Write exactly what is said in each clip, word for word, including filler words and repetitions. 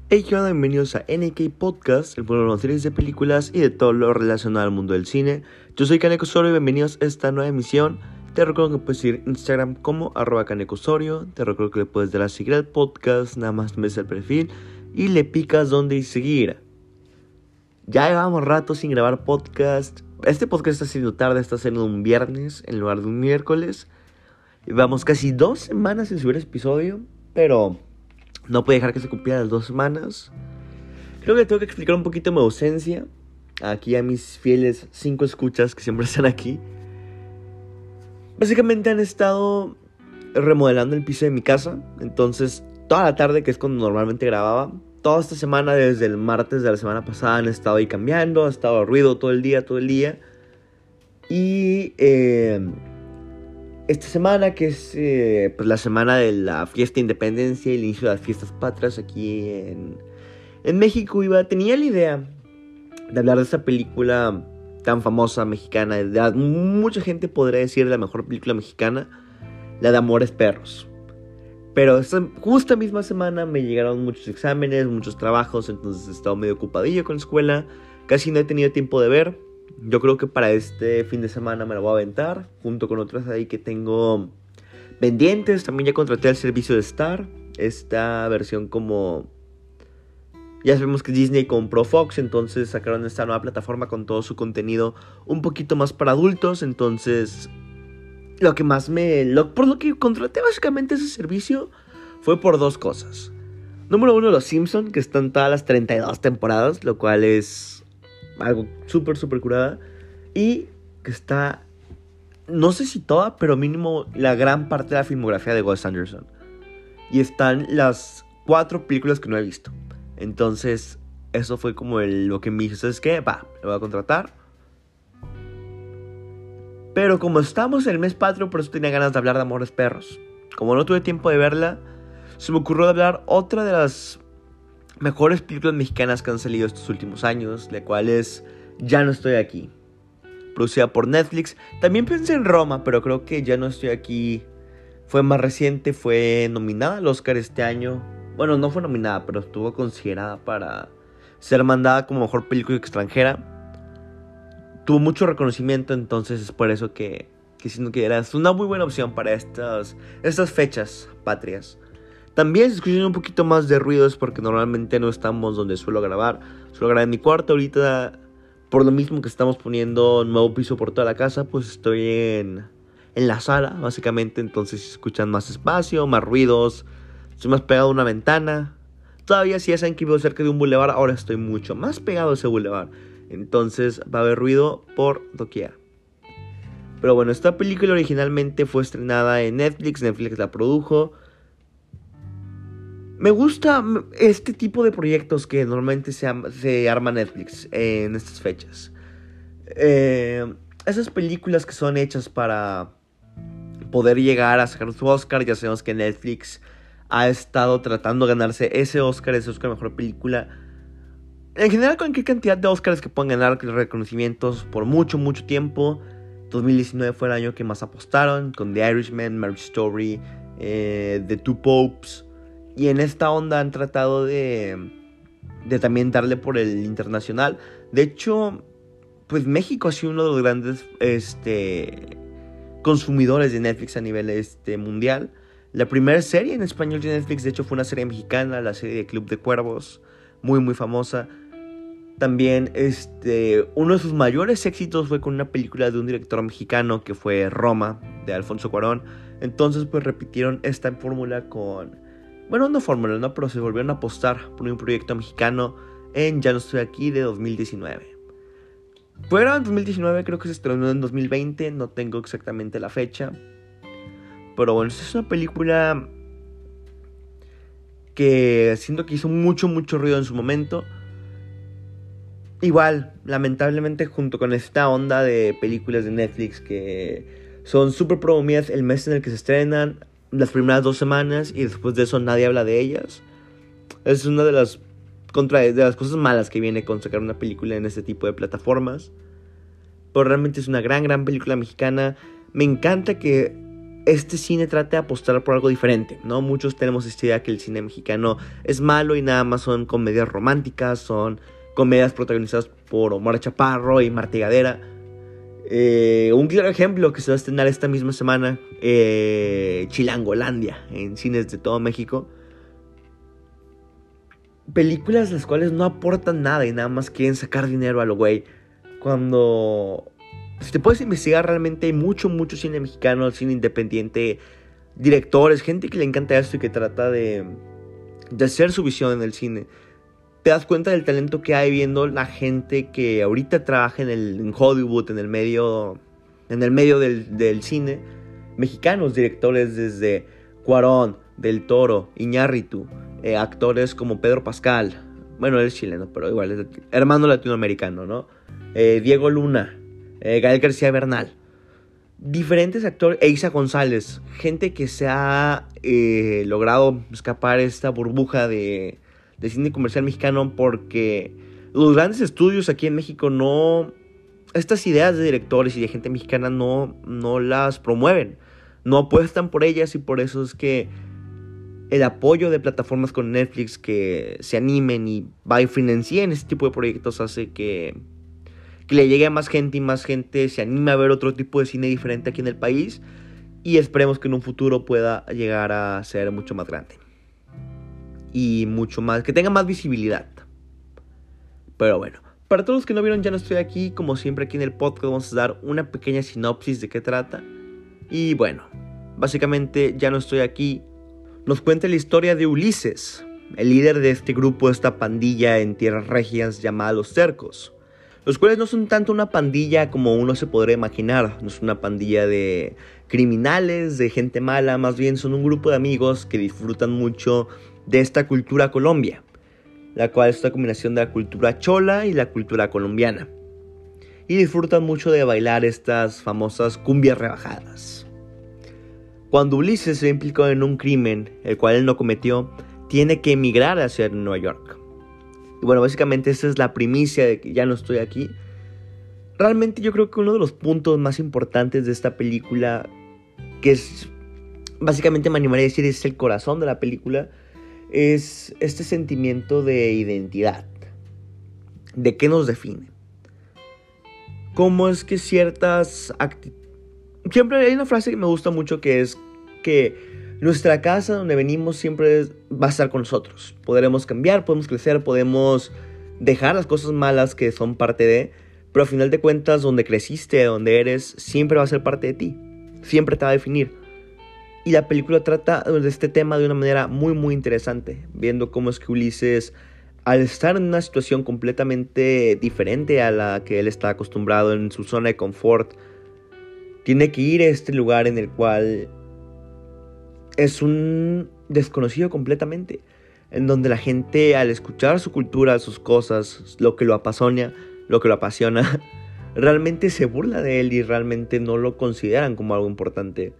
Hey, ¿qué onda? Bienvenidos a N K Podcast, el programa de series de películas y de todo lo relacionado al mundo del cine. Yo soy Kaneko Osorio y bienvenidos a esta nueva emisión. Te recuerdo que puedes seguir Instagram como arroba Kaneko Osorio. Te recuerdo que le puedes dar a seguir al podcast, nada más ves el perfil y le picas donde seguir. Ya llevamos rato sin grabar podcast. Este podcast está siendo tarde, está siendo un viernes en lugar de un miércoles. Llevamos casi dos semanas sin subir episodio, pero no puedo dejar que se cumplieran las dos semanas. Creo que tengo que explicar un poquito mi ausencia aquí a mis fieles cinco escuchas que siempre están aquí. Básicamente han estado remodelando el piso de mi casa. Entonces toda la tarde, que es cuando normalmente grababa, toda esta semana, desde el martes de la semana pasada, han estado ahí cambiando. Ha estado ruido todo el día, todo el día. Y eh, esta semana, que es eh, pues la semana de la fiesta de independencia y el inicio de las fiestas patrias aquí en, en México, iba, tenía la idea de hablar de esta película tan famosa mexicana. De verdad, mucha gente podría decir la mejor película mexicana, la de Amores Perros. Pero esta justa misma semana me llegaron muchos exámenes, muchos trabajos, entonces he estado medio ocupadillo con la escuela. Casi no he tenido tiempo de ver. Yo creo que para este fin de semana me la voy a aventar, junto con otras ahí que tengo pendientes. También ya contraté el servicio de Star, esta versión como... Ya sabemos que Disney compró Fox, entonces sacaron esta nueva plataforma con todo su contenido un poquito más para adultos. Entonces, lo que más me... Lo, por lo que contraté básicamente ese servicio fue por dos cosas. Número uno, Los Simpson, que están todas las treinta y dos temporadas, lo cual es algo súper, súper curada. Y que está, no sé si toda, pero mínimo la gran parte de la filmografía de Wes Anderson. Y están las cuatro películas que no he visto. Entonces, eso fue como el, lo que me dijo, ¿sabes qué? Va, lo voy a contratar. Pero como estamos en el mes patrio, por eso tenía ganas de hablar de Amores Perros. Como no tuve tiempo de verla, se me ocurrió hablar otra de las mejores películas mexicanas que han salido estos últimos años, la cual es Ya no estoy aquí, producida por Netflix. También pensé en Roma, pero creo que Ya no estoy aquí fue más reciente, fue nominada al Oscar este año. Bueno, no fue nominada, pero estuvo considerada para ser mandada como mejor película extranjera. Tuvo mucho reconocimiento, entonces es por eso que, que siento que era una muy buena opción para estas, estas fechas patrias. También se escuchan un poquito más de ruidos porque normalmente no estamos donde suelo grabar. Suelo grabar en mi cuarto ahorita. Por lo mismo que estamos poniendo nuevo piso por toda la casa, pues estoy en, en la sala, básicamente. Entonces se escuchan más espacio, más ruidos. Estoy más pegado a una ventana. Todavía si ya saben que vivo cerca de un bulevar, ahora estoy mucho más pegado a ese bulevar. Entonces va a haber ruido por doquier. Pero bueno, esta película originalmente fue estrenada en Netflix. Netflix la produjo. Me gusta este tipo de proyectos que normalmente se, se arma Netflix en estas fechas. Eh, esas películas que son hechas para poder llegar a sacar su Oscar. Ya sabemos que Netflix ha estado tratando de ganarse ese Oscar, ese Oscar mejor película. En general, cualquier cantidad de Oscars que puedan ganar reconocimientos por mucho, mucho tiempo. dos mil diecinueve fue el año que más apostaron, con The Irishman, Marriage Story, eh, The Two Popes. Y en esta onda han tratado de, de también darle por el internacional. De hecho, pues México ha sido uno de los grandes este, consumidores de Netflix a nivel este, mundial. La primera serie en español de Netflix, de hecho, fue una serie mexicana, la serie de Club de Cuervos, muy, muy famosa. También este, uno de sus mayores éxitos fue con una película de un director mexicano que fue Roma, de Alfonso Cuarón. Entonces, pues repitieron esta fórmula con... Bueno, no fórmula, no, pero se volvieron a apostar por un proyecto mexicano en Ya no estoy aquí de dos mil diecinueve. Pero en dos mil diecinueve, creo que se estrenó en dos mil veinte, no tengo exactamente la fecha. Pero bueno, esta es una película que siento que hizo mucho, mucho ruido en su momento. Igual, lamentablemente, junto con esta onda de películas de Netflix que son súper promovidas el mes en el que se estrenan, las primeras dos semanas, y después de eso nadie habla de ellas. Es una de las, contra, de las cosas malas que viene con sacar una película en este tipo de plataformas. Pero realmente es una gran, gran película mexicana. Me encanta que este cine trata de apostar por algo diferente, ¿no? Muchos tenemos esta idea que el cine mexicano es malo y nada más son comedias románticas, son comedias protagonizadas por Omar Chaparro y Marta Gadera. Eh, un claro ejemplo que se va a estrenar esta misma semana, eh, Chilangolandia, en cines de todo México. Películas las cuales no aportan nada y nada más quieren sacar dinero a lo güey. Cuando, si te puedes investigar, realmente hay mucho, mucho cine mexicano, cine independiente, directores, gente que le encanta esto y que trata de, de hacer su visión en el cine. Te das cuenta del talento que hay viendo la gente que ahorita trabaja en, el, en Hollywood, en el medio, en el medio del, del cine. Mexicanos, directores desde Cuarón, Del Toro, Iñárritu, eh, actores como Pedro Pascal. Bueno, él es chileno, pero igual es hermano latinoamericano, ¿no? Eh, Diego Luna, eh, Gael García Bernal. Diferentes actores, Eiza González. Gente que se ha eh, logrado escapar esta burbuja de... de cine comercial mexicano, porque los grandes estudios aquí en México no, estas ideas de directores y de gente mexicana no, no las promueven, no apuestan por ellas, y por eso es que el apoyo de plataformas con Netflix que se animen y va y financien este tipo de proyectos hace que, que le llegue a más gente y más gente se anime a ver otro tipo de cine diferente aquí en el país, y esperemos que en un futuro pueda llegar a ser mucho más grande y mucho más, que tenga más visibilidad. Pero bueno, para todos los que no vieron Ya no estoy aquí, como siempre aquí en el podcast vamos a dar una pequeña sinopsis de qué trata. Y bueno, básicamente Ya no estoy aquí nos cuenta la historia de Ulises, el líder de este grupo, esta pandilla en tierras regias llamada Los Cercos, los cuales no son tanto una pandilla como uno se podría imaginar. No es una pandilla de criminales, de gente mala, más bien son un grupo de amigos que disfrutan mucho de esta cultura Colombia, la cual es esta combinación de la cultura chola y la cultura colombiana, y disfrutan mucho de bailar estas famosas cumbias rebajadas. Cuando Ulises se ve implicado en un crimen, el cual él no cometió, tiene que emigrar hacia Nueva York. Y bueno, básicamente esta es la primicia de que Ya no estoy aquí. Realmente yo creo que uno de los puntos más importantes de esta película, que es, básicamente me animaría a decir, es el corazón de la película, es este sentimiento de identidad. ¿De qué nos define? ¿Cómo es que ciertas actitudes... Siempre hay una frase que me gusta mucho, que es que nuestra casa donde venimos siempre va a estar con nosotros. Podremos cambiar, podemos crecer, podemos dejar las cosas malas que son parte de, pero al final de cuentas donde creciste, donde eres, siempre va a ser parte de ti. Siempre te va a definir. Y la película trata de este tema de una manera muy muy interesante, viendo cómo es que Ulises, al estar en una situación completamente diferente a la que él está acostumbrado, en su zona de confort, tiene que ir a este lugar en el cual es un desconocido completamente, en donde la gente, al escuchar su cultura, sus cosas, lo que lo apasiona, lo que lo apasiona, realmente se burla de él y realmente no lo consideran como algo importante.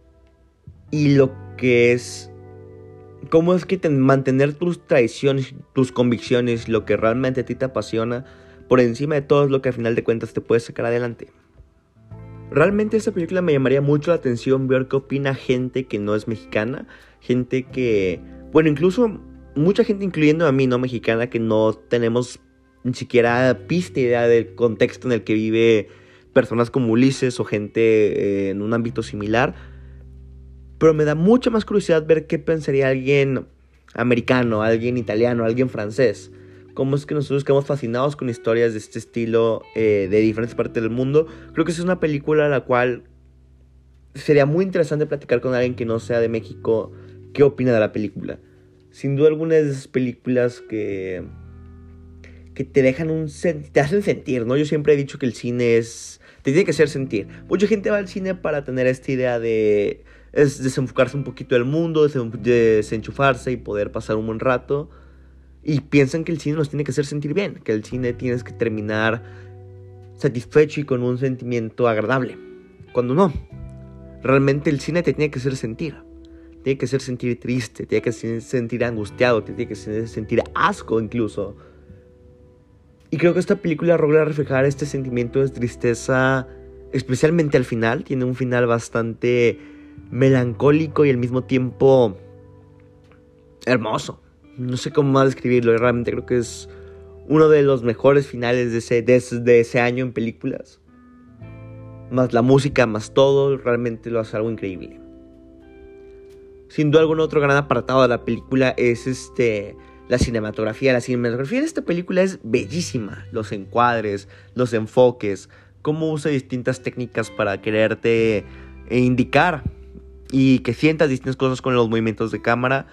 Y lo que es, cómo es que te, mantener tus tradiciones, tus convicciones, lo que realmente a ti te apasiona, por encima de todo, es lo que al final de cuentas te puede sacar adelante. Realmente esta película me llamaría mucho la atención ver qué opina gente que no es mexicana, gente que, bueno, incluso mucha gente, incluyendo a mí, no mexicana, que no tenemos ni siquiera pista idea del contexto en el que vive personas como Ulises o gente eh, en un ámbito similar. Pero me da mucha más curiosidad ver qué pensaría alguien americano, alguien italiano, alguien francés. Cómo es que nosotros quedamos fascinados con historias de este estilo eh, de diferentes partes del mundo. Creo que esa es una película a la cual sería muy interesante platicar con alguien que no sea de México qué opina de la película. Sin duda alguna de esas películas que, que te dejan un... te hacen sentir, ¿no? Yo siempre he dicho que el cine es... te tiene que hacer sentir. Mucha gente va al cine para tener esta idea de... es desenfocarse un poquito del mundo, desenchufarse y poder pasar un buen rato. Y piensan que el cine nos tiene que hacer sentir bien, que el cine tienes que terminar satisfecho y con un sentimiento agradable. Cuando no, realmente el cine te tiene que hacer sentir. Tiene que hacer sentir triste, tiene que hacer sentir angustiado, te tiene que hacer sentir asco incluso. Y creo que esta película logra reflejar este sentimiento de tristeza, especialmente al final. Tiene un final bastante melancólico y al mismo tiempo hermoso. No sé cómo más describirlo, realmente creo que es uno de los mejores finales de ese, de ese, de ese año en películas. Más la música, más todo, realmente lo hace algo increíble. Sin duda algún otro gran apartado de la película es este la cinematografía. La cinematografía de esta película es bellísima. Los encuadres, los enfoques, cómo usa distintas técnicas para quererte indicar y que sientas distintas cosas con los movimientos de cámara.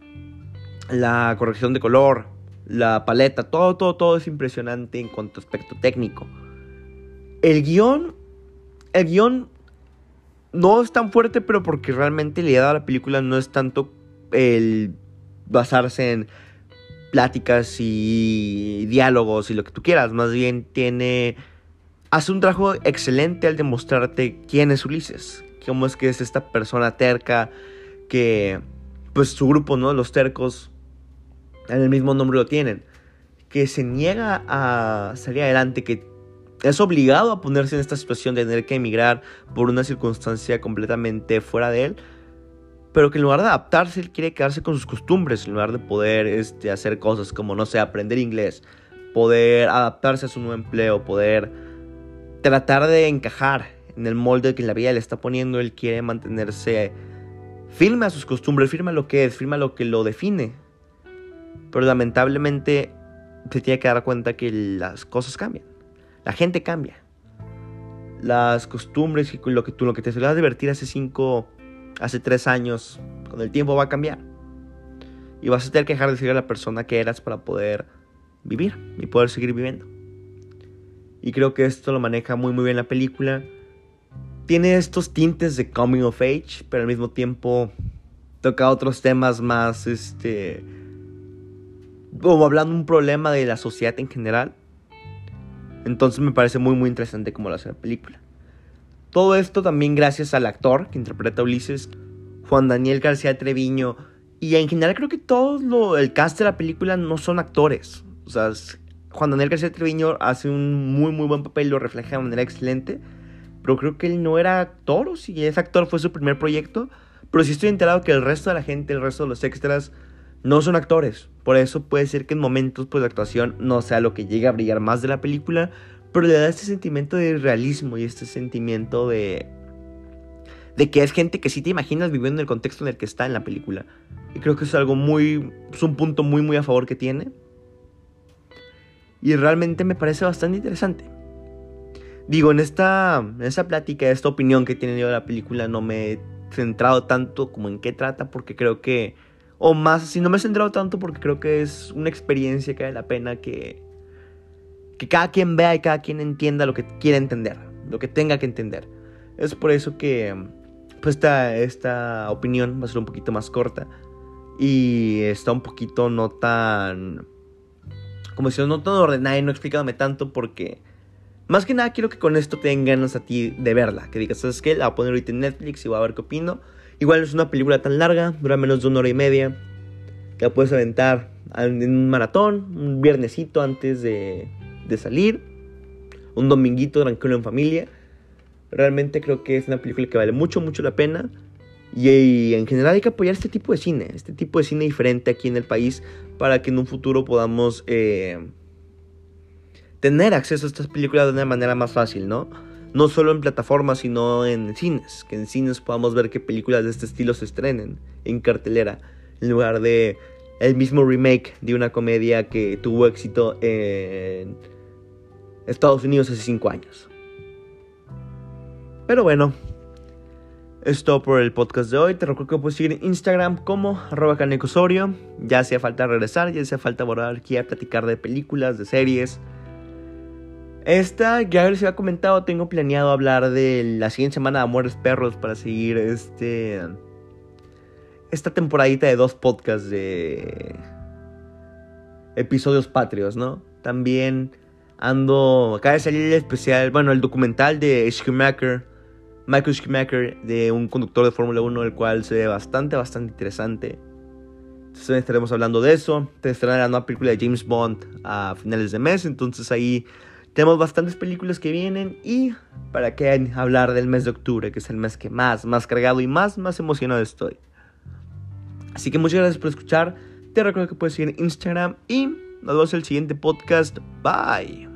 La corrección de color, la paleta, todo, todo, todo es impresionante en cuanto a aspecto técnico. El guión, el guión no es tan fuerte, pero porque realmente la idea de la película no es tanto el basarse en pláticas y diálogos y lo que tú quieras. Más bien tiene, hace un trabajo excelente al demostrarte quién es Ulises. Cómo es que es esta persona terca que, pues su grupo, ¿no? Los tercos, en el mismo nombre lo tienen. Que se niega a salir adelante, que es obligado a ponerse en esta situación de tener que emigrar por una circunstancia completamente fuera de él. Pero que en lugar de adaptarse, él quiere quedarse con sus costumbres. En lugar de poder este, hacer cosas como, no sé, aprender inglés, poder adaptarse a su nuevo empleo, poder tratar de encajar en el molde que la vida le está poniendo. Él quiere mantenerse firme a sus costumbres, firme a lo que es, firme a lo que lo define. Pero lamentablemente se tiene que dar cuenta que las cosas cambian. La gente cambia. Las costumbres y lo que tú, lo que te solías divertir hace cinco, hace tres años, con el tiempo va a cambiar. Y vas a tener que dejar de ser la persona que eras para poder vivir y poder seguir viviendo. Y creo que esto lo maneja muy muy bien la película. Tiene estos tintes de coming of age, pero al mismo tiempo toca otros temas más, este, como hablando de un problema de la sociedad en general. Entonces me parece muy muy interesante cómo lo hace la película. Todo esto también gracias al actor que interpreta a Ulises, Juan Daniel García Treviño. Y en general creo que todo lo, el cast de la película no son actores. O sea, Juan Daniel García Treviño hace un muy muy buen papel, lo refleja de manera excelente. Pero creo que él no era actor, o si es actor fue su primer proyecto. Pero sí estoy enterado que el resto de la gente, el resto de los extras, no son actores. Por eso puede ser que en momentos pues la actuación no sea lo que llegue a brillar más de la película, pero le da este sentimiento de realismo y este sentimiento de de que es gente que sí te imaginas viviendo en el contexto en el que está en la película. Y creo que es algo muy, es un punto muy muy a favor que tiene. Y realmente me parece bastante interesante. Digo, en esta, en esta plática, esta opinión que he tenido de la película, no me he centrado tanto como en qué trata, porque creo que, o más, si no me he centrado tanto porque creo que es una experiencia que vale la pena que, que cada quien vea y cada quien entienda lo que quiere entender, lo que tenga que entender. Es por eso que pues esta, esta opinión va a ser un poquito más corta y está un poquito no tan, como si no tan ordenada y no explicándome tanto, porque más que nada quiero que con esto te den ganas a ti de verla, que digas, ¿sabes qué? La voy a poner ahorita en Netflix y voy a ver qué opino. Igual no es una película tan larga, dura menos de una hora y media, que la puedes aventar en un maratón, un viernesito antes de, de salir, un dominguito tranquilo en familia. Realmente creo que es una película que vale mucho, mucho la pena. Y, y en general hay que apoyar este tipo de cine, este tipo de cine diferente aquí en el país, para que en un futuro podamos eh, tener acceso a estas películas de una manera más fácil, ¿no? No solo en plataformas, sino en cines. Que en cines podamos ver qué películas de este estilo se estrenen en cartelera, en lugar de el mismo remake de una comedia que tuvo éxito en Estados Unidos hace cinco años. Pero bueno, es todo por el podcast de hoy. Te recuerdo que puedes seguir en Instagram como arroba canecosorio. Ya hacía falta regresar, ya hacía falta volver aquí a platicar de películas, de series. Esta, ya les había comentado, tengo planeado hablar de la siguiente semana de Amores Perros para seguir este esta temporadita de dos podcasts de episodios patrios, ¿no? También ando, acaba de salir el especial, bueno, el documental de Schumacher, Michael Schumacher, de un conductor de Fórmula uno, el cual se ve bastante, bastante interesante. Entonces estaremos hablando de eso. Te estará la nueva película de James Bond a finales de mes, entonces ahí Tenemos bastantes películas que vienen y para qué hablar del mes de octubre, que es el mes que más, más cargado y más, más emocionado estoy. Así que muchas gracias por escuchar. Te recuerdo que puedes seguir en Instagram y nos vemos en el siguiente podcast. Bye.